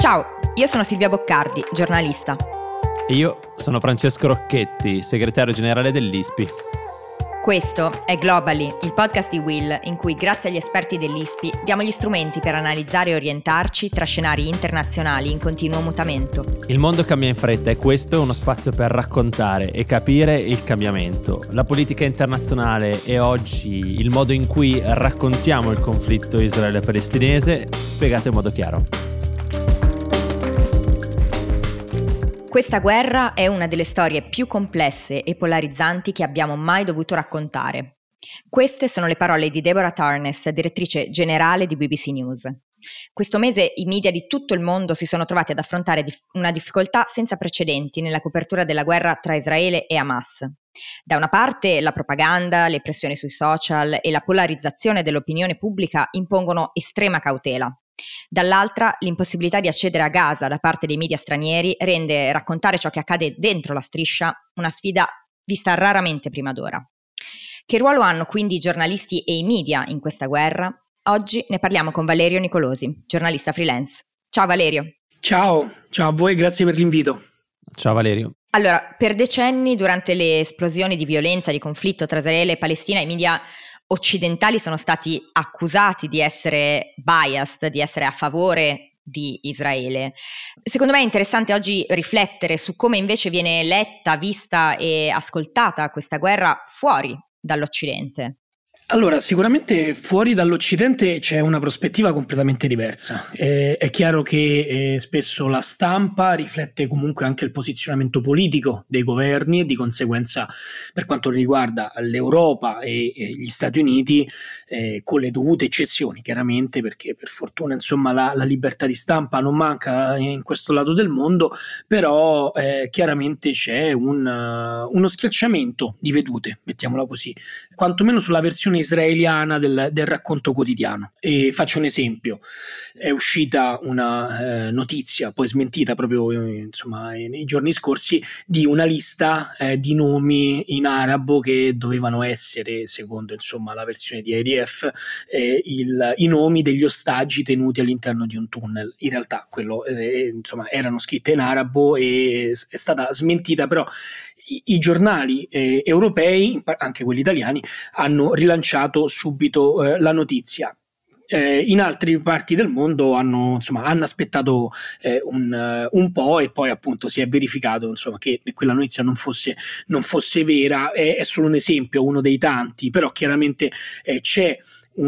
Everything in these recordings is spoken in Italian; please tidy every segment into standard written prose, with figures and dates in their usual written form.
Ciao, io sono Silvia Boccardi, giornalista. E io sono Francesco Rocchetti, segretario generale dell'ISPI. Questo è Globally, il podcast di Will, in cui grazie agli esperti dell'ISPI diamo gli strumenti per analizzare e orientarci tra scenari internazionali in continuo mutamento. Il mondo cambia in fretta e questo è uno spazio per raccontare e capire il cambiamento, la politica internazionale e oggi il modo in cui raccontiamo il conflitto israele-palestinese spiegato in modo chiaro. Questa guerra è una delle storie più complesse e polarizzanti che abbiamo mai dovuto raccontare. Queste sono le parole di Deborah Tarnes, direttrice generale di BBC News. Questo mese i media di tutto il mondo si sono trovati ad affrontare una difficoltà senza precedenti nella copertura della guerra tra Israele e Hamas. Da una parte la propaganda, le pressioni sui social e la polarizzazione dell'opinione pubblica impongono estrema cautela. Dall'altra, l'impossibilità di accedere a Gaza da parte dei media stranieri rende raccontare ciò che accade dentro la striscia una sfida vista raramente prima d'ora. Che ruolo hanno quindi i giornalisti e i media in questa guerra? Oggi ne parliamo con Valerio Nicolosi, giornalista freelance. Ciao Valerio. Ciao a voi, grazie per l'invito. Ciao Valerio. Allora, per decenni, durante le esplosioni di violenza, di conflitto tra Israele e Palestina, i media occidentali sono stati accusati di essere biased, di essere a favore di Israele. Secondo me è interessante oggi riflettere su come invece viene letta, vista e ascoltata questa guerra fuori dall'Occidente. Allora, sicuramente fuori dall'Occidente c'è una prospettiva completamente diversa. È chiaro che spesso la stampa riflette comunque anche il posizionamento politico dei governi e di conseguenza per quanto riguarda l'Europa e gli Stati Uniti, con le dovute eccezioni chiaramente, perché per fortuna insomma la libertà di stampa non manca in questo lato del mondo, però chiaramente c'è uno schiacciamento di vedute, mettiamola così, quantomeno sulla versione israeliana del racconto quotidiano. E faccio un esempio: è uscita una notizia poi smentita proprio insomma nei giorni scorsi di una lista di nomi in arabo che dovevano essere, secondo insomma la versione di IDF, i nomi degli ostaggi tenuti all'interno di un tunnel. In realtà quello insomma erano scritte in arabo e è stata smentita, però i giornali europei, anche quelli italiani, hanno rilanciato subito la notizia. In altre parti del mondo hanno aspettato un po' e poi appunto si è verificato insomma che quella notizia non fosse vera. È solo un esempio, uno dei tanti, però chiaramente c'è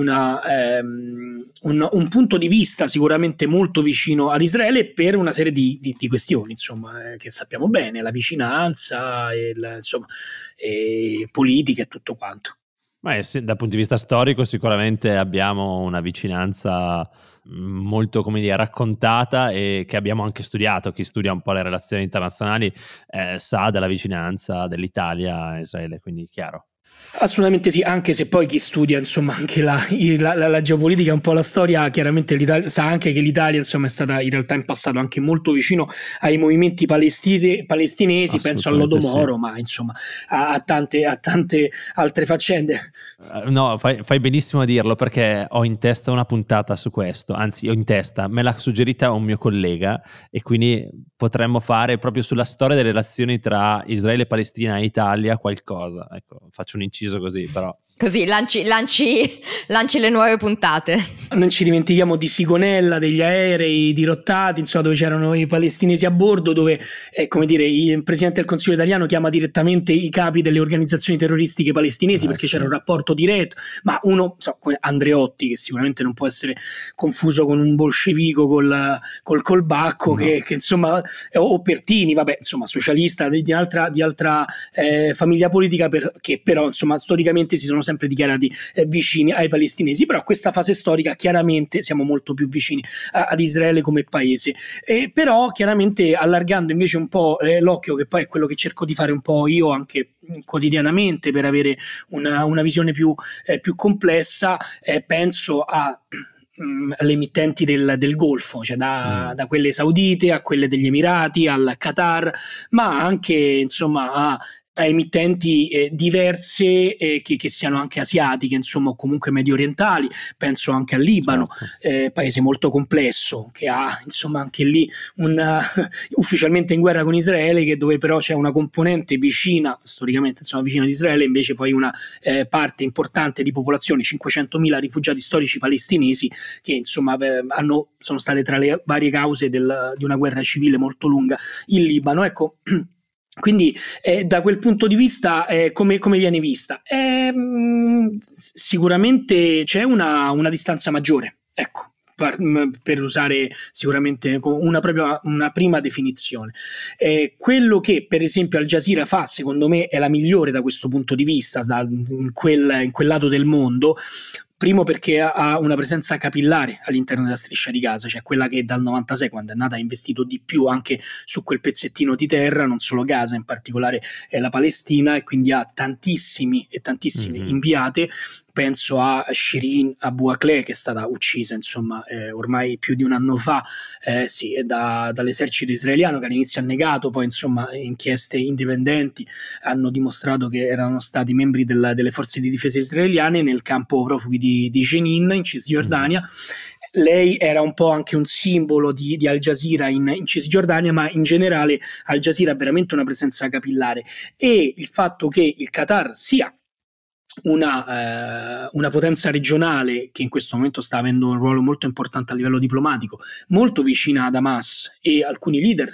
un punto di vista sicuramente molto vicino ad Israele per una serie di questioni insomma che sappiamo bene, la vicinanza e politica e tutto quanto. Sì, dal punto di vista storico sicuramente abbiamo una vicinanza molto, come dire, raccontata e che abbiamo anche studiato. Chi studia un po' le relazioni internazionali sa della vicinanza dell'Italia a Israele, quindi chiaro. Assolutamente sì, anche se poi chi studia insomma anche la geopolitica, un po' la storia, chiaramente sa anche che l'Italia insomma è stata in realtà in passato anche molto vicino ai movimenti palestinesi, penso all'Odomoro, sì. Ma insomma a tante altre faccende. No, fai benissimo a dirlo, perché ho in testa una puntata su questo, anzi me l'ha suggerita un mio collega e quindi potremmo fare proprio sulla storia delle relazioni tra Israele, Palestina e Italia qualcosa. Ecco, faccio un inciso così, però. Così lanci le nuove puntate. Non ci dimentichiamo di Sigonella, degli aerei dirottati, insomma, dove c'erano i palestinesi a bordo, dove come dire, il presidente del Consiglio italiano chiama direttamente i capi delle organizzazioni terroristiche palestinesi, perché sì, c'era un rapporto diretto, ma uno, Andreotti, che sicuramente non può essere confuso con un bolscevico col Bacco, no. che insomma, o Pertini, vabbè, insomma, socialista di altra famiglia politica, che però insomma storicamente si sono sempre dichiarati vicini ai palestinesi. Però questa fase storica chiaramente siamo molto più vicini ad Israele come paese, però chiaramente allargando invece un po' l'occhio, che poi è quello che cerco di fare un po' io anche quotidianamente per avere una visione più complessa, penso alle emittenti del Golfo, cioè da quelle saudite a quelle degli Emirati al Qatar, ma anche insomma a emittenti diverse che siano anche asiatiche, insomma, o comunque medio orientali. Penso anche al Libano, paese molto complesso, che ha insomma anche lì ufficialmente in guerra con Israele, dove però c'è una componente vicina, storicamente insomma vicina ad Israele, invece poi una parte importante di popolazione, 500.000 rifugiati storici palestinesi, che insomma sono state tra le varie cause di una guerra civile molto lunga in Libano. Ecco, quindi da quel punto di vista come viene vista? Sicuramente c'è una distanza maggiore, ecco, per usare sicuramente una prima definizione. Quello che per esempio Al Jazeera fa, secondo me, è la migliore da questo punto di vista, in quel lato del mondo. Primo perché ha una presenza capillare all'interno della striscia di Gaza, cioè quella che dal 96, quando è nata, ha investito di più anche su quel pezzettino di terra, non solo Gaza, in particolare la Palestina, e quindi ha tantissime inviate. Penso a Shirin Abu Akleh, che è stata uccisa insomma ormai più di un anno fa dall'esercito israeliano, che all'inizio ha negato, poi insomma inchieste indipendenti hanno dimostrato che erano stati membri delle forze di difesa israeliane nel campo profughi di Jenin in Cisgiordania. Lei era un po' anche un simbolo di Al Jazeera in Cisgiordania, ma in generale Al Jazeera ha veramente una presenza capillare, e il fatto che il Qatar sia una potenza regionale che in questo momento sta avendo un ruolo molto importante a livello diplomatico, molto vicina ad Hamas, e alcuni leader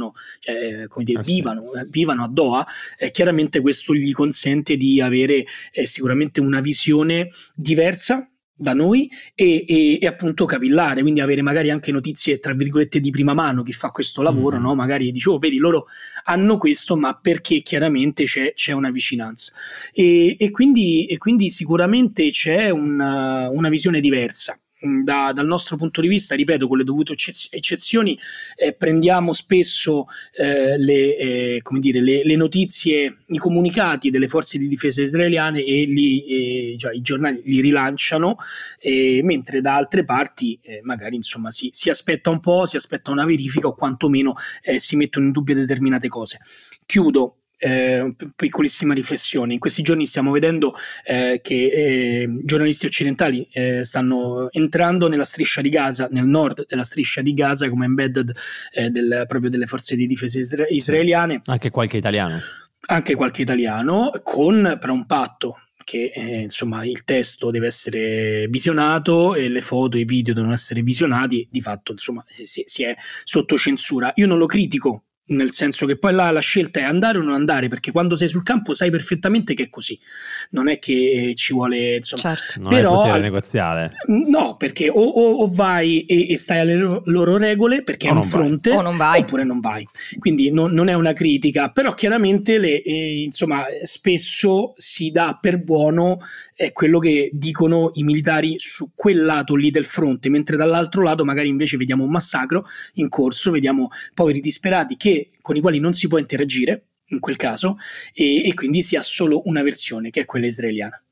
vivano a Doha, chiaramente questo gli consente di avere sicuramente una visione diversa da noi e appunto capillare, quindi avere magari anche notizie tra virgolette di prima mano. Chi fa questo lavoro, no? Magari dice, vedi, loro hanno questo, ma perché chiaramente c'è una vicinanza, e quindi sicuramente c'è una visione diversa. Dal nostro punto di vista, ripeto, con le dovute eccezioni, prendiamo spesso le notizie, i comunicati delle forze di difesa israeliane e i giornali li rilanciano, mentre da altre parti magari insomma si aspetta un po', si aspetta una verifica, o quantomeno si mettono in dubbio determinate cose. Chiudo. Piccolissima riflessione: in questi giorni stiamo vedendo che giornalisti occidentali stanno entrando nella striscia di Gaza, nel nord della striscia di Gaza, come embedded proprio delle forze di difesa israeliane. Anche qualche italiano, con però un patto che insomma il testo deve essere visionato e le foto e i video devono essere visionati. Di fatto insomma si è sotto censura. Io non lo critico, nel senso che poi la scelta è andare o non andare, perché quando sei sul campo sai perfettamente che è così, non è che ci vuole insomma, certo. Non hai potere negoziale, no, perché o vai e stai alle loro regole, perché è un fronte, o non vai, oppure non vai. Quindi non è una critica, però chiaramente insomma spesso si dà per buono quello che dicono i militari su quel lato lì del fronte, mentre dall'altro lato magari invece vediamo un massacro in corso, vediamo poveri disperati con i quali non si può interagire in quel caso, e quindi si ha solo una versione, che è quella israeliana.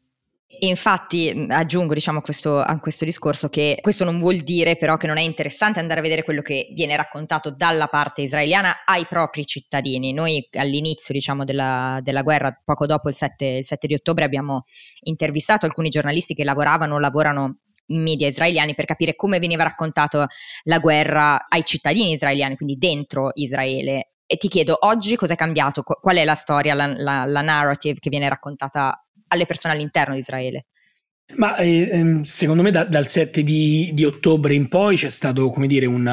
Infatti aggiungo a questo discorso che questo non vuol dire però che non è interessante andare a vedere quello che viene raccontato dalla parte israeliana ai propri cittadini. Noi all'inizio della guerra, poco dopo il 7 di ottobre, abbiamo intervistato alcuni giornalisti che lavorano in media israeliani, per capire come veniva raccontato la guerra ai cittadini israeliani, quindi dentro Israele. E ti chiedo, oggi cosa è cambiato? Qual è la storia, la narrative che viene raccontata alle persone all'interno di Israele? Ma secondo me dal 7 di ottobre in poi c'è stato, come dire, un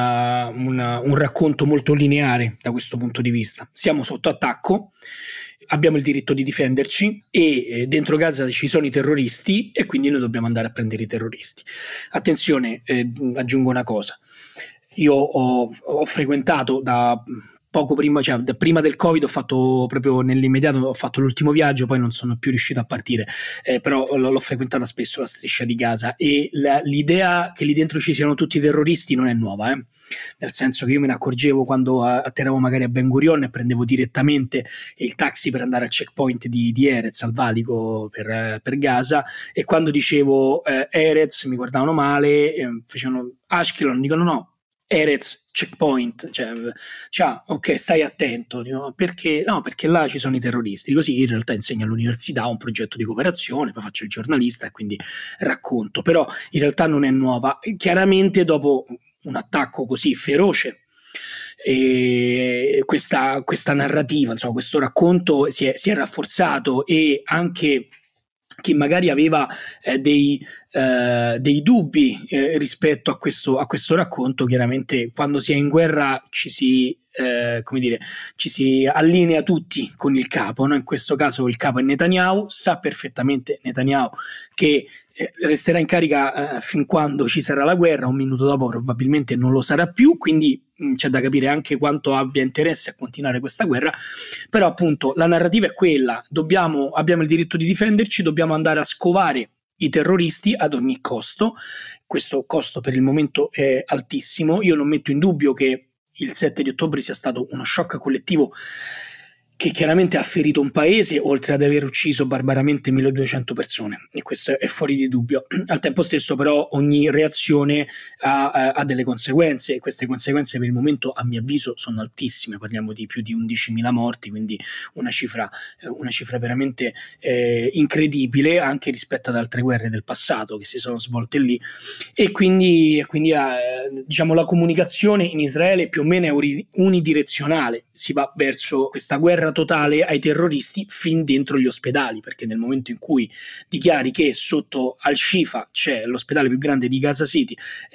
racconto molto lineare da questo punto di vista. Siamo sotto attacco, abbiamo il diritto di difenderci, e dentro Gaza ci sono i terroristi, e quindi noi dobbiamo andare a prendere i terroristi. Attenzione, aggiungo una cosa: io ho frequentato da poco prima, cioè prima del Covid, ho fatto proprio nell'immediato, ho fatto l'ultimo viaggio, poi non sono più riuscito a partire, però l'ho frequentata spesso la striscia di Gaza, e l'idea che lì dentro ci siano tutti i terroristi non è nuova, nel senso che io me ne accorgevo quando atterravo magari a Ben Gurion e prendevo direttamente il taxi per andare al checkpoint di Erez, al valico per Gaza, e quando dicevo Erez mi guardavano male, facevano Ashkelon, dicono no, Erez checkpoint, cioè ok, stai attento. Dico, perché? No, perché là ci sono i terroristi. Così in realtà insegno all'università un progetto di cooperazione, poi faccio il giornalista e quindi racconto, però in realtà non è nuova. Chiaramente dopo un attacco così feroce, e questa narrativa, insomma, questo racconto si è rafforzato, e anche chi magari aveva dei dubbi rispetto a questo racconto, chiaramente quando si è in guerra ci si allinea tutti con il capo, no? In questo caso il capo è Netanyahu, sa perfettamente Netanyahu che resterà in carica fin quando ci sarà la guerra, un minuto dopo probabilmente non lo sarà più, quindi c'è da capire anche quanto abbia interesse a continuare questa guerra. Però appunto la narrativa è quella: abbiamo il diritto di difenderci, dobbiamo andare a scovare i terroristi ad ogni costo. Questo costo per il momento è altissimo. Io non metto in dubbio che il 7 di ottobre sia stato uno shock collettivo che chiaramente ha ferito un paese, oltre ad aver ucciso barbaramente 1200 persone, e questo è fuori di dubbio. Al tempo stesso però ogni reazione ha delle conseguenze, e queste conseguenze per il momento a mio avviso sono altissime. Parliamo di più di 11.000 morti, quindi una cifra veramente incredibile anche rispetto ad altre guerre del passato che si sono svolte lì. E quindi diciamo la comunicazione in Israele più o meno è unidirezionale, si va verso questa guerra totale ai terroristi fin dentro gli ospedali, perché nel momento in dichiari che sotto Al-Shifa c'è l'ospedale più grande di Gaza City,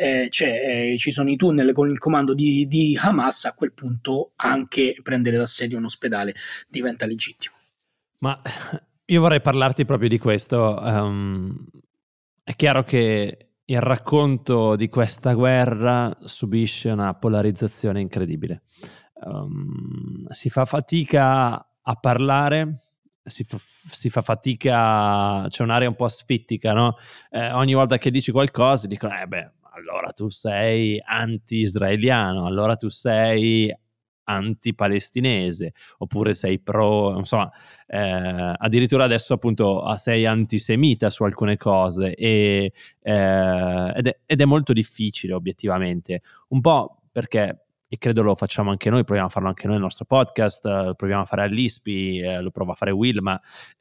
ci sono i tunnel con il comando di Hamas, a quel punto anche prendere d'assedio un ospedale diventa legittimo. Ma io vorrei parlarti proprio di questo. È chiaro che il racconto di questa guerra subisce una polarizzazione incredibile. Si fa fatica a parlare, si fa fatica, c'è un'area un po' asfittica, no? Ogni volta che dici qualcosa dicono allora tu sei anti-israeliano, allora tu sei anti-palestinese, oppure sei pro, insomma, addirittura adesso appunto sei antisemita su alcune cose, ed è molto difficile obiettivamente, un po' perché, e credo lo facciamo anche noi, proviamo a farlo anche noi nel nostro podcast, lo proviamo a fare all'ISPI, lo prova a fare Will, ma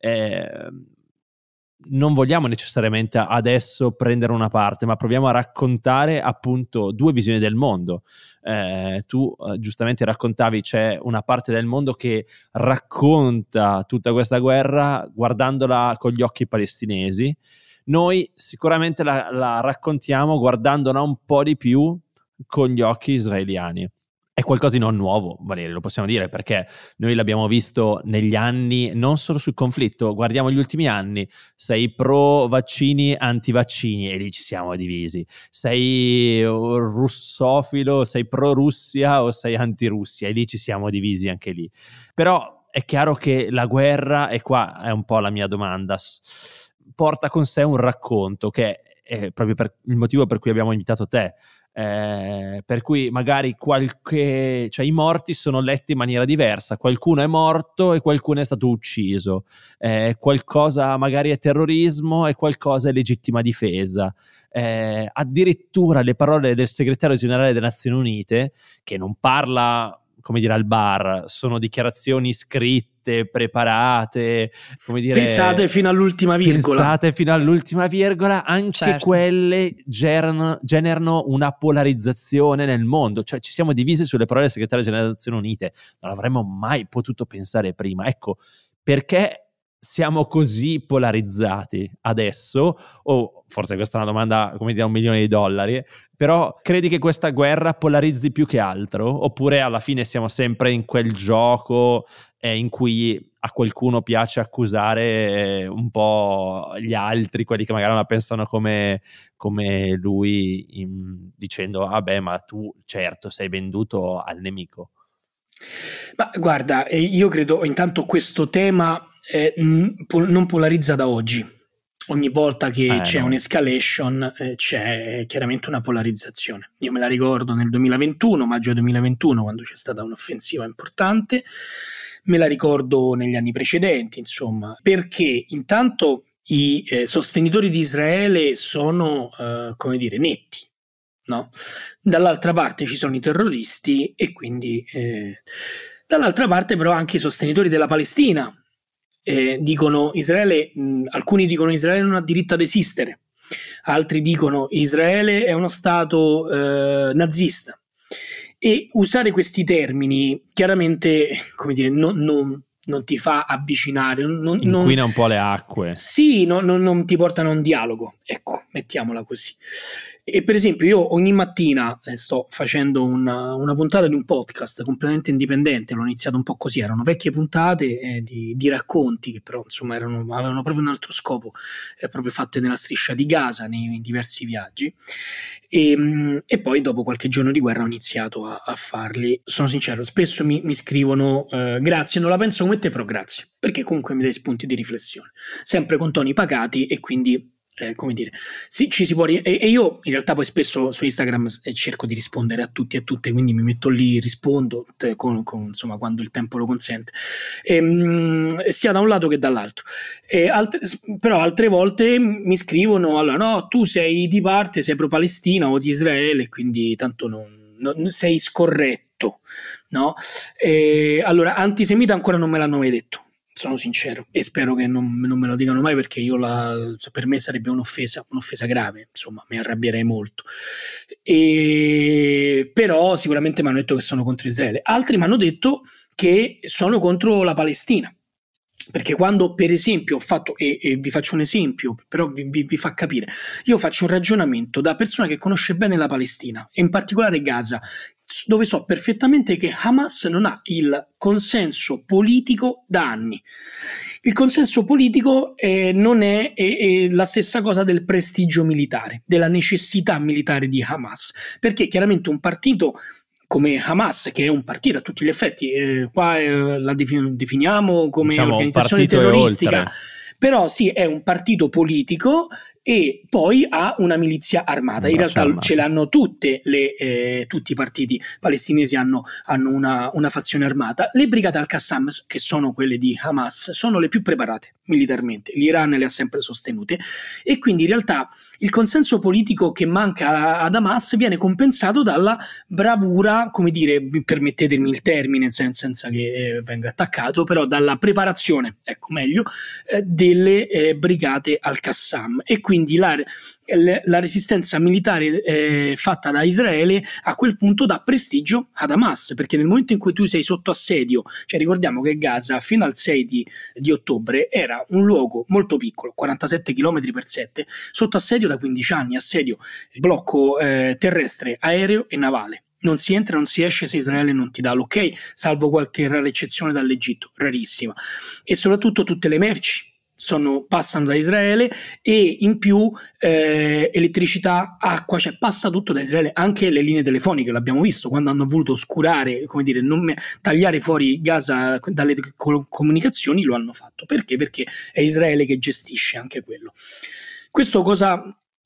non vogliamo necessariamente adesso prendere una parte, ma proviamo a raccontare appunto due visioni del mondo. Tu giustamente raccontavi, c'è una parte del mondo che racconta tutta questa guerra guardandola con gli occhi palestinesi. Noi sicuramente la raccontiamo guardandola un po' di più con gli occhi israeliani. È qualcosa di non nuovo, Valerio, lo possiamo dire, perché noi l'abbiamo visto negli anni, non solo sul conflitto, guardiamo gli ultimi anni: sei pro vaccini, anti vaccini, e lì ci siamo divisi. Sei russofilo, sei pro Russia o sei anti Russia, e lì ci siamo divisi anche lì. Però è chiaro che la guerra, e qua è un po' la mia domanda, porta con sé un racconto che è proprio il motivo per cui abbiamo invitato te. Per cui magari i morti sono letti in maniera diversa, qualcuno è morto e qualcuno è stato ucciso, qualcosa magari è terrorismo e qualcosa è legittima difesa, addirittura le parole del segretario generale delle Nazioni Unite, che non parla come dire al bar, sono dichiarazioni scritte, preparate, come dire, pensate fino all'ultima virgola, anche certo. Quelle generano una polarizzazione nel mondo, cioè ci siamo divisi sulle parole del segretario generale delle Nazioni Unite, non avremmo mai potuto pensare prima. Ecco, perché siamo così polarizzati adesso? O forse questa è una domanda, come dire, $1 milione, però credi che questa guerra polarizzi più che altro? Oppure alla fine siamo sempre in quel gioco in cui a qualcuno piace accusare un po' gli altri, quelli che magari non la pensano come lui, dicendo ma tu certo sei venduto al nemico? Ma guarda, io credo intanto questo tema non polarizza da oggi. Ogni volta che c'è un'escalation c'è chiaramente una polarizzazione. Io me la ricordo nel 2021, maggio 2021, quando c'è stata un'offensiva importante, me la ricordo negli anni precedenti, insomma, perché intanto i sostenitori di Israele sono, netti. no? Dall'altra parte ci sono i terroristi e quindi dall'altra parte però anche i sostenitori della Palestina dicono Israele, alcuni dicono Israele non ha diritto ad esistere, altri dicono Israele è uno stato nazista, e usare questi termini chiaramente, come dire, non ti fa avvicinare, inquina un po' le acque. Sì, non ti portano a un dialogo, ecco, mettiamola così. E per esempio io ogni mattina sto facendo una puntata di un podcast completamente indipendente, l'ho iniziato un po' così, erano vecchie puntate di racconti che però insomma avevano proprio un altro scopo, proprio fatte nella striscia di Gaza, nei diversi viaggi, e poi dopo qualche giorno di guerra ho iniziato a farli. Sono sincero, spesso mi scrivono grazie, non la penso come te però grazie, perché comunque mi dai spunti di riflessione, sempre con toni pacati, e quindi come dire, sì, ci si può e io in realtà poi spesso su Instagram cerco di rispondere a tutti e a tutte, quindi mi metto lì, rispondo con insomma quando il tempo lo consente, sia da un lato che dall'altro, però altre volte mi scrivono allora no, tu sei di parte, sei pro Palestina o di Israele, quindi tanto non sei scorretto, no? Allora antisemita ancora non me l'hanno mai detto, sono sincero, e spero che non me lo dicano mai, perché per me sarebbe un'offesa grave, insomma mi arrabbierei molto, però sicuramente mi hanno detto che sono contro Israele, altri mi hanno detto che sono contro la Palestina, perché quando per esempio ho fatto, e vi faccio un esempio però vi fa capire, io faccio un ragionamento da persona che conosce bene la Palestina e in particolare Gaza, dove so perfettamente che Hamas non ha il consenso politico da anni. Il consenso politico non è la stessa cosa del prestigio militare, della necessità militare di Hamas, perché chiaramente un partito come Hamas, che è un partito a tutti gli effetti, qua la definiamo come diciamo, organizzazione terroristica, però sì, è un partito politico e poi ha una milizia armata. In realtà armata. Ce l'hanno tutti i partiti palestinesi hanno una fazione armata. Le brigate al-Qassam, che sono quelle di Hamas, sono le più preparate militarmente. L'Iran le ha sempre sostenute e quindi in realtà il consenso politico che manca ad Hamas viene compensato dalla bravura, come dire, permettetemi il termine senza che venga attaccato, però dalla preparazione, ecco meglio, delle brigate al-Qassam, e quindi la resistenza militare fatta da Israele a quel punto dà prestigio ad Hamas, perché nel momento in cui tu sei sotto assedio, cioè ricordiamo che Gaza fino al 6 di ottobre era un luogo molto piccolo, 47 km per 7, sotto assedio da 15 anni, assedio blocco terrestre, aereo e navale. Non si entra, non si esce se Israele non ti dà l'ok, salvo qualche rara eccezione dall'Egitto, rarissima, e soprattutto tutte le merci passano da Israele, e in più elettricità, acqua, cioè passa tutto da Israele, anche le linee telefoniche, l'abbiamo visto quando hanno voluto oscurare, come dire, tagliare fuori Gaza dalle comunicazioni, lo hanno fatto. Perché? Perché è Israele che gestisce anche quello. Questo cosa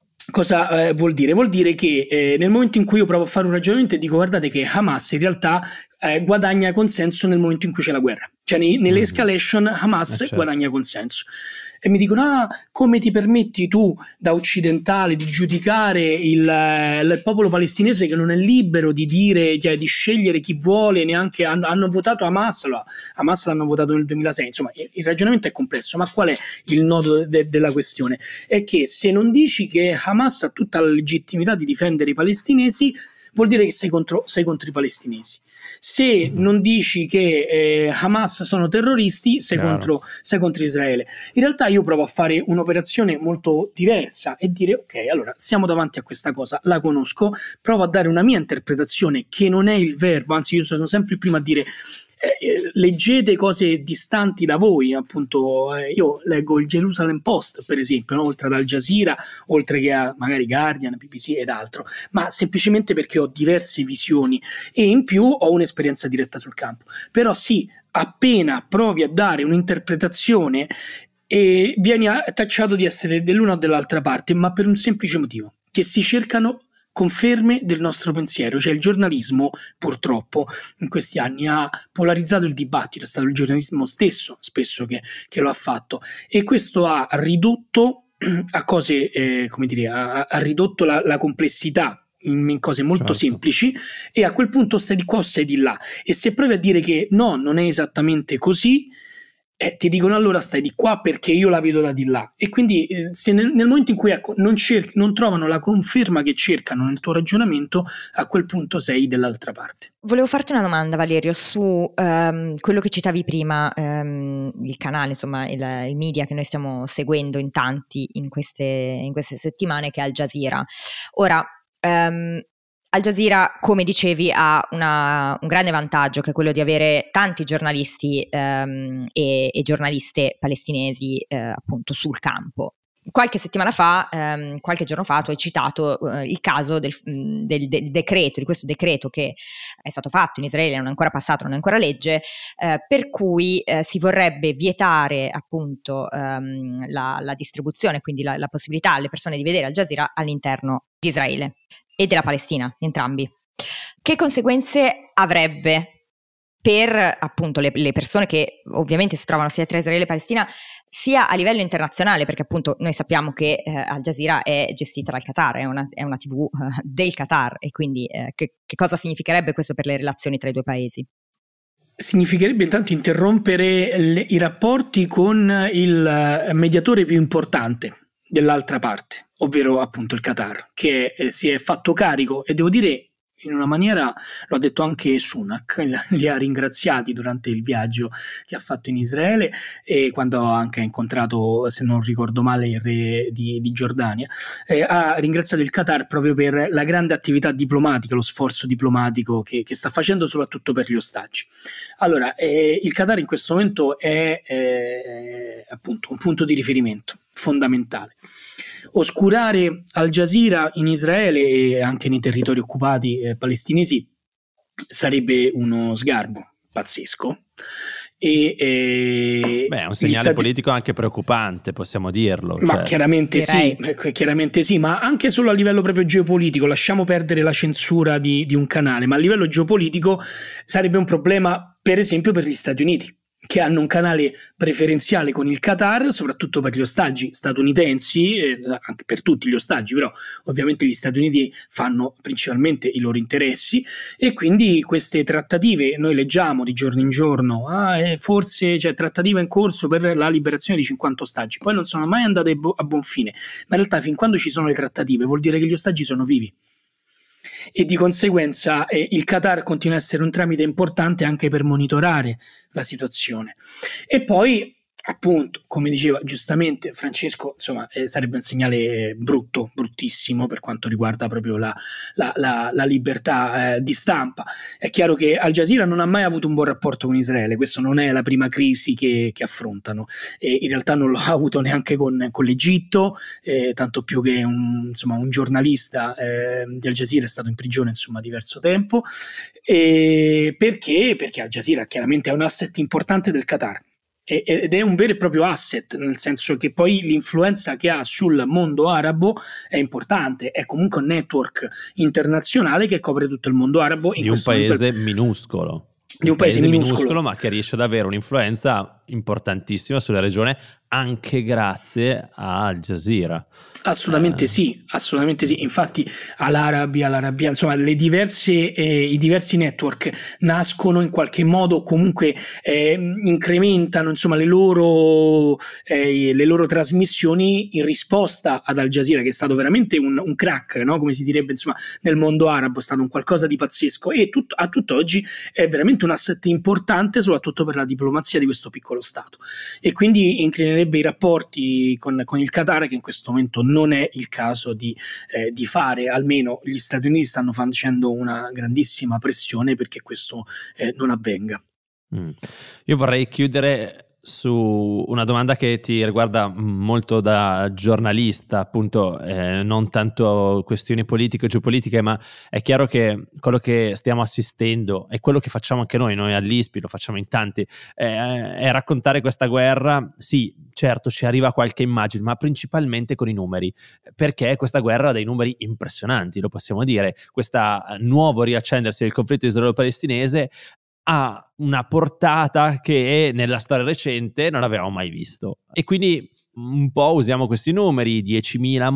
vuol dire? Vuol dire che nel momento in cui io provo a fare un ragionamento e dico guardate che Hamas in realtà guadagna consenso nel momento in cui c'è la guerra, cioè nell'escalation Hamas certo. Guadagna consenso, e mi dicono come ti permetti tu da occidentale di giudicare il popolo palestinese che non è libero di dire, cioè, di scegliere chi vuole, neanche hanno votato Hamas l'hanno votato nel 2006, insomma il ragionamento è complesso, ma qual è il nodo della questione? È che se non dici che Hamas ha tutta la legittimità di difendere i palestinesi, vuol dire che sei contro i palestinesi. Se non dici che Hamas sono terroristi, sei contro Israele. In realtà io provo a fare un'operazione molto diversa e dire ok, allora siamo davanti a questa cosa, la conosco, provo a dare una mia interpretazione che non è il verbo, anzi io sono sempre il primo a dire leggete cose distanti da voi, appunto io leggo il Jerusalem Post per esempio, no? Oltre ad Al Jazeera, oltre che a magari Guardian, BBC ed altro, ma semplicemente perché ho diverse visioni e in più ho un'esperienza diretta sul campo. Però sì, appena provi a dare un'interpretazione e vieni tacciato di essere dell'una o dell'altra parte, ma per un semplice motivo, che si cercano conferme del nostro pensiero. Cioè il giornalismo purtroppo in questi anni ha polarizzato il dibattito, è stato il giornalismo stesso spesso che lo ha fatto, e questo ha ridotto a cose come dire, ha ridotto la complessità in cose molto semplici, e a quel punto stai di qua o stai di là, e se provi a dire che no, non è esattamente così, ti dicono allora stai di qua perché io la vedo da di là. E quindi se nel momento in cui non trovano la conferma che cercano nel tuo ragionamento, a quel punto sei dall'altra parte. Volevo farti una domanda, Valerio, su quello che citavi prima, il canale, insomma il media che noi stiamo seguendo in tanti in queste settimane, che è Al Jazeera. Ora, Al Jazeera, come dicevi, ha un grande vantaggio, che è quello di avere tanti giornalisti e giornaliste palestinesi appunto sul campo. Qualche giorno fa, tu hai citato il caso del decreto, di questo decreto che è stato fatto in Israele, non è ancora passato, non è ancora legge, per cui si vorrebbe vietare appunto la distribuzione, quindi la possibilità alle persone di vedere Al Jazeera all'interno di Israele e della Palestina, entrambi. Che conseguenze avrebbe per appunto le persone che ovviamente si trovano sia tra Israele e Palestina, sia a livello internazionale, perché appunto noi sappiamo che Al Jazeera è gestita dal Qatar, è una TV del Qatar, e quindi che cosa significherebbe questo per le relazioni tra i due paesi? Significherebbe intanto interrompere i rapporti con il mediatore più importante dell'altra parte, ovvero appunto il Qatar, che si è fatto carico, e devo dire in una maniera, lo ha detto anche Sunak, li ha ringraziati durante il viaggio che ha fatto in Israele, e quando anche ha incontrato, se non ricordo male, il re di Giordania, ha ringraziato il Qatar proprio per la grande attività diplomatica, lo sforzo diplomatico che sta facendo, soprattutto per gli ostaggi. Allora, il Qatar in questo momento è appunto un punto di riferimento fondamentale. Oscurare Al Jazeera in Israele e anche nei territori occupati palestinesi sarebbe uno sgarbo pazzesco. È un segnale politico anche preoccupante, possiamo dirlo. Ma chiaramente sì, ma anche solo a livello proprio geopolitico. Lasciamo perdere la censura di un canale, ma a livello geopolitico sarebbe un problema, per esempio, per gli Stati Uniti, che hanno un canale preferenziale con il Qatar, soprattutto per gli ostaggi statunitensi, anche per tutti gli ostaggi, però ovviamente gli Stati Uniti fanno principalmente i loro interessi, e quindi queste trattative noi leggiamo di giorno in giorno, forse c'è trattativa in corso per la liberazione di 50 ostaggi, poi non sono mai andate a buon fine, ma in realtà fin quando ci sono le trattative vuol dire che gli ostaggi sono vivi. E di conseguenza il Qatar continua a essere un tramite importante anche per monitorare la situazione. E poi, appunto, come diceva giustamente Francesco, insomma, sarebbe un segnale bruttissimo per quanto riguarda proprio la libertà di stampa. È chiaro che Al Jazeera non ha mai avuto un buon rapporto con Israele, questo non è la prima crisi che affrontano, e in realtà non lo ha avuto neanche con l'Egitto, tanto più che un giornalista di Al Jazeera è stato in prigione diverso tempo, perché Al Jazeera chiaramente è un asset importante del Qatar, ed è un vero e proprio asset, nel senso che poi l'influenza che ha sul mondo arabo è importante, è comunque un network internazionale che copre tutto il mondo arabo di un paese minuscolo. Di un paese minuscolo, ma che riesce ad avere un'influenza importantissima sulla regione, anche grazie a Al Jazeera. Assolutamente sì. Infatti all'Arabia, insomma, i diversi network nascono in qualche modo, comunque incrementano le loro trasmissioni in risposta ad Al Jazeera, che è stato veramente un crack, no? Come si direbbe nel mondo arabo, è stato un qualcosa di pazzesco, e a tutt'oggi è veramente un asset importante, soprattutto per la diplomazia di questo piccolo stato, e quindi inclinerebbe i rapporti con il Qatar, che in questo momento non è il caso di fare. Almeno gli Stati Uniti stanno facendo una grandissima pressione perché questo non avvenga. Io vorrei chiudere su una domanda che ti riguarda molto da giornalista, appunto, non tanto questioni politiche o geopolitiche, ma è chiaro che quello che stiamo assistendo e quello che facciamo anche noi all'ISPI, lo facciamo in tanti, è raccontare questa guerra. Sì, certo, ci arriva qualche immagine, ma principalmente con i numeri, perché questa guerra ha dei numeri impressionanti, lo possiamo dire. Questa nuovo riaccendersi del conflitto israelo-palestinese ha una portata che nella storia recente non avevamo mai visto, e quindi un po' usiamo questi numeri, 10.000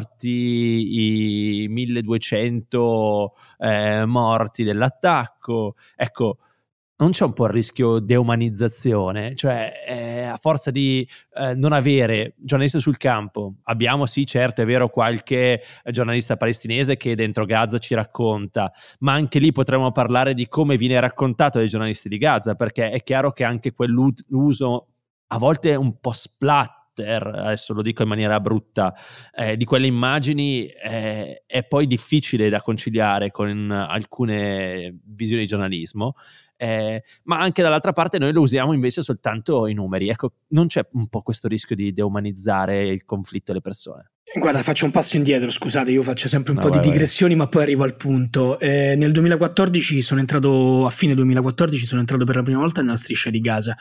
morti, i 1.200 morti dell'attacco. Ecco, non c'è un po' il rischio deumanizzazione? Cioè, a forza di non avere giornalisti sul campo, abbiamo sì, certo, è vero, qualche giornalista palestinese che dentro Gaza ci racconta, ma anche lì potremmo parlare di come viene raccontato dai giornalisti di Gaza, perché è chiaro che anche quell'uso a volte un po' splatter, adesso lo dico in maniera brutta, di quelle immagini è poi difficile da conciliare con alcune visioni di giornalismo. Ma anche dall'altra parte noi lo usiamo invece soltanto i numeri. Ecco, non c'è un po' questo rischio di deumanizzare il conflitto e le persone? Guarda, faccio un passo indietro, scusate, io faccio sempre un po' di digressioni, ma poi arrivo al punto. Nel 2014 a fine 2014 sono entrato per la prima volta nella striscia di Gaza.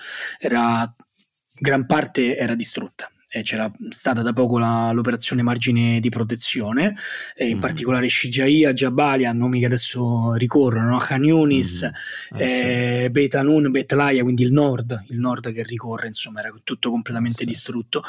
Gran parte era distrutta. C'era stata da poco l'operazione margine di protezione, in particolare Shijaia, Jabalia, nomi che adesso ricorrono, Khan Yunis, sì. Beit Hanun, Beit Laia, quindi il nord che ricorre, insomma era tutto completamente distrutto.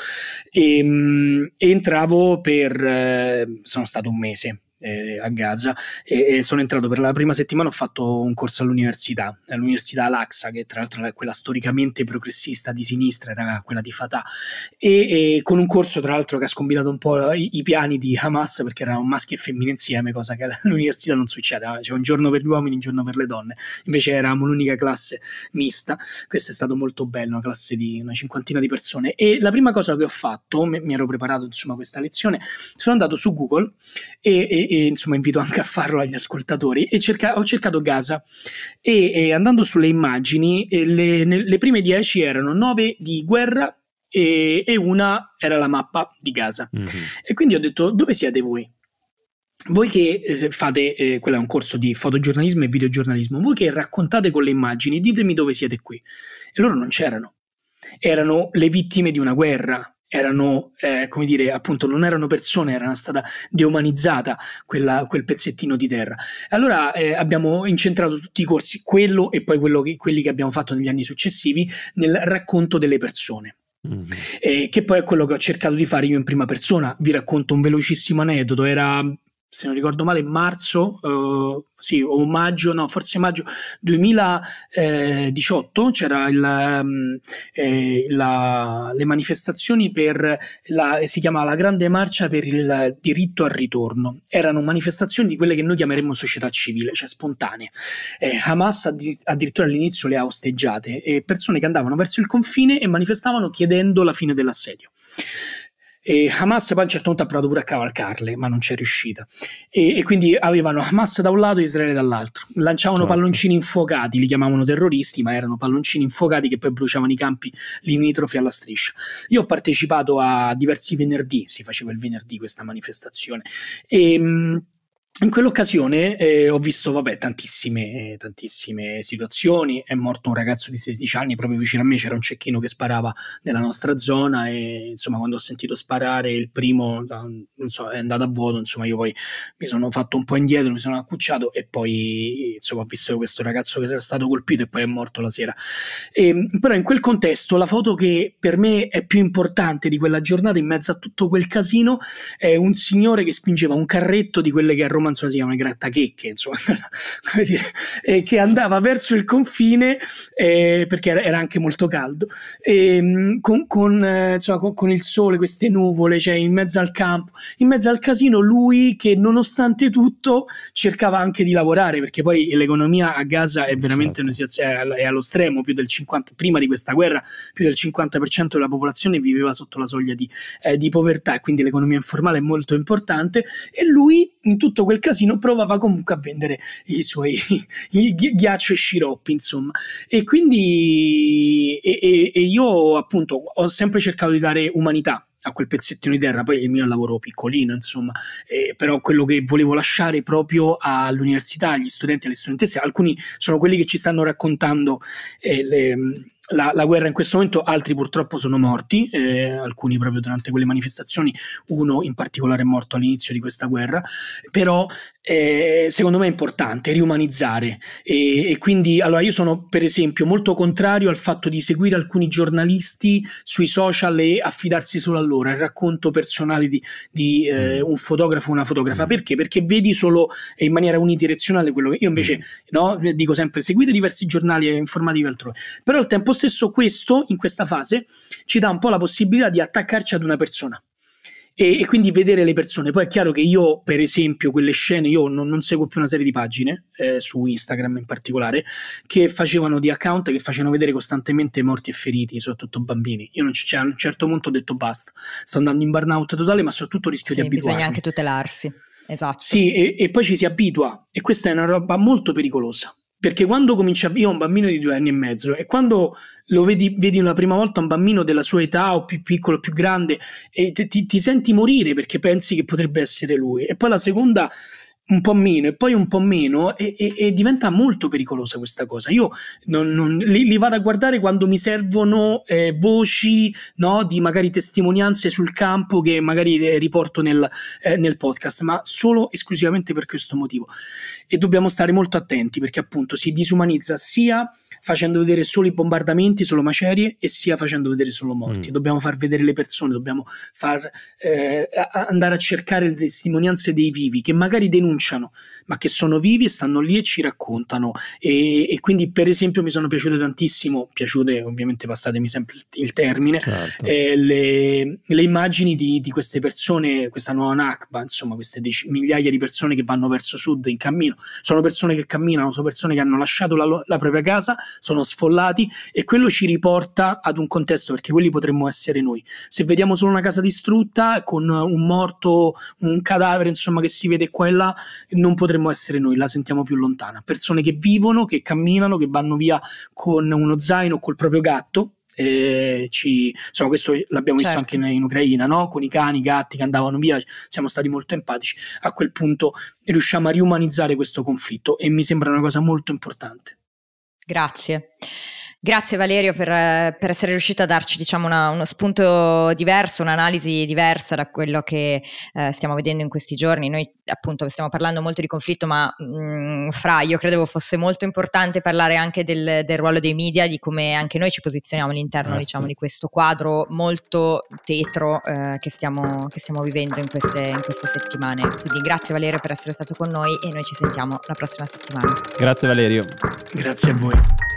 E entravo sono stato un mese a Gaza e sono entrato per la prima settimana. Ho fatto un corso all'università Al-Aqsa, che tra l'altro è quella storicamente progressista di sinistra, era quella di Fatah, e con un corso tra l'altro che ha scombinato un po' i piani di Hamas, perché erano maschi e femmine insieme, cosa che all'università non succede, c'è un giorno per gli uomini, un giorno per le donne, invece eravamo l'unica classe mista. Questo è stato molto bello, una classe di una cinquantina di persone, e la prima cosa che ho fatto, mi ero preparato insomma questa lezione, sono andato su Google e insomma invito anche a farlo agli ascoltatori, e ho cercato Gaza, e andando sulle immagini, le prime 10 erano 9 di guerra e una era la mappa di Gaza. E quindi ho detto: dove siete voi? Voi che fate, quello è un corso di fotogiornalismo e videogiornalismo, voi che raccontate con le immagini, ditemi dove siete qui. E loro non c'erano, erano le vittime di una guerra, erano, come dire, appunto non erano persone, era stata deumanizzata quel pezzettino di terra. Allora abbiamo incentrato tutti i corsi, quello e poi quelli che abbiamo fatto negli anni successivi, nel racconto delle persone. Che poi è quello che ho cercato di fare io in prima persona. Vi racconto un velocissimo aneddoto. Era, se non ricordo male, marzo, o maggio, no, forse maggio 2018, c'era le manifestazioni si chiama la Grande Marcia per il diritto al ritorno. Erano manifestazioni di quelle che noi chiameremmo società civile, cioè spontanee. Hamas addirittura all'inizio le ha osteggiate, persone che andavano verso il confine e manifestavano chiedendo la fine dell'assedio. E Hamas poi a un certo punto ha provato pure a cavalcarle, ma non c'è riuscita, e quindi avevano Hamas da un lato e Israele dall'altro, lanciavano palloncini infuocati, li chiamavano terroristi, ma erano palloncini infuocati che poi bruciavano i campi limitrofi alla striscia. Io ho partecipato a diversi venerdì, si faceva il venerdì questa manifestazione, e in quell'occasione ho visto tantissime situazioni. È morto un ragazzo di 16 anni, proprio vicino a me c'era un cecchino che sparava nella nostra zona, e insomma quando ho sentito sparare il primo, non so, è andato a vuoto, insomma io poi mi sono fatto un po' indietro, mi sono accucciato, e poi insomma ho visto questo ragazzo che era stato colpito e poi è morto la sera. Però in quel contesto la foto che per me è più importante di quella giornata, in mezzo a tutto quel casino, è un signore che spingeva un carretto di quelle che a Roma si chiamano i grattachecche, insomma, come dire, che andava verso il confine, perché era anche molto caldo, con il sole, queste nuvole, cioè in mezzo al campo, in mezzo al casino, lui che nonostante tutto cercava anche di lavorare, perché poi l'economia a Gaza è veramente è allo stremo. Più del 50%, prima di questa guerra, più del 50% della popolazione viveva sotto la soglia di povertà, e quindi l'economia informale è molto importante, e lui in tutto quel casino provava comunque a vendere i suoi ghiaccio e sciroppi, insomma. E quindi io appunto ho sempre cercato di dare umanità a quel pezzettino di terra. Poi il mio è un lavoro piccolino, insomma, però quello che volevo lasciare proprio all'università, agli studenti e alle studentesse, alcuni sono quelli che ci stanno raccontando la guerra in questo momento, altri purtroppo sono morti, alcuni proprio durante quelle manifestazioni, uno in particolare è morto all'inizio di questa guerra, però secondo me è importante riumanizzare, e quindi allora io sono per esempio molto contrario al fatto di seguire alcuni giornalisti sui social e affidarsi solo a loro, al racconto personale di un fotografo o una fotografa. Perché? Perché vedi solo in maniera unidirezionale quello che io invece no, dico sempre: seguite diversi giornali informativi altrove, però al tempo stesso questo in questa fase ci dà un po' la possibilità di attaccarci ad una persona e quindi vedere le persone. Poi è chiaro che io per esempio quelle scene, io non seguo più una serie di pagine su Instagram in particolare, che facevano di account che facevano vedere costantemente morti e feriti, soprattutto bambini. Io cioè, a un certo punto ho detto basta, sto andando in burnout totale, ma soprattutto rischio di abituarmi. Bisogna anche tutelarsi, esatto. Sì, e poi ci si abitua, e questa è una roba molto pericolosa, perché quando io ho un bambino di 2 anni e mezzo, e quando lo vedi la prima volta un bambino della sua età o più piccolo, più grande, e ti senti morire perché pensi che potrebbe essere lui, e poi la seconda un po' meno e poi un po' meno, e diventa molto pericolosa questa cosa. Io li vado a guardare quando mi servono voci, no, di magari testimonianze sul campo che magari riporto nel podcast, ma solo esclusivamente per questo motivo. E dobbiamo stare molto attenti, perché appunto si disumanizza sia facendo vedere solo i bombardamenti, solo macerie, e sia facendo vedere solo morti. Dobbiamo far vedere le persone, dobbiamo far andare a cercare le testimonianze dei vivi, che magari denunciano, ma che sono vivi e stanno lì e ci raccontano. E quindi per esempio mi sono piaciute tantissimo, ovviamente, passatemi sempre il termine, certo, le immagini di queste persone, questa nuova Nakba, insomma queste migliaia di persone che vanno verso sud in cammino. Sono persone che camminano, sono persone che hanno lasciato la propria casa, sono sfollati, e quello ci riporta ad un contesto, perché quelli potremmo essere noi. Se vediamo solo una casa distrutta con un morto, un cadavere insomma che si vede qua e là, non potremmo essere noi, la sentiamo più lontana. Persone che vivono, che camminano, che vanno via con uno zaino o col proprio gatto. Insomma, questo l'abbiamo visto anche in Ucraina, no? Con i cani, i gatti che andavano via, siamo stati molto empatici. A quel punto riusciamo a riumanizzare questo conflitto, e mi sembra una cosa molto importante. Grazie Valerio per essere riuscito a darci, diciamo, uno spunto diverso, un'analisi diversa da quello che stiamo vedendo in questi giorni. Noi appunto stiamo parlando molto di conflitto, ma io credevo fosse molto importante parlare anche del ruolo dei media, di come anche noi ci posizioniamo all'interno diciamo di questo quadro molto tetro che stiamo vivendo in queste settimane. Quindi grazie Valerio per essere stato con noi, e noi ci sentiamo la prossima settimana. Grazie Valerio. Grazie a voi.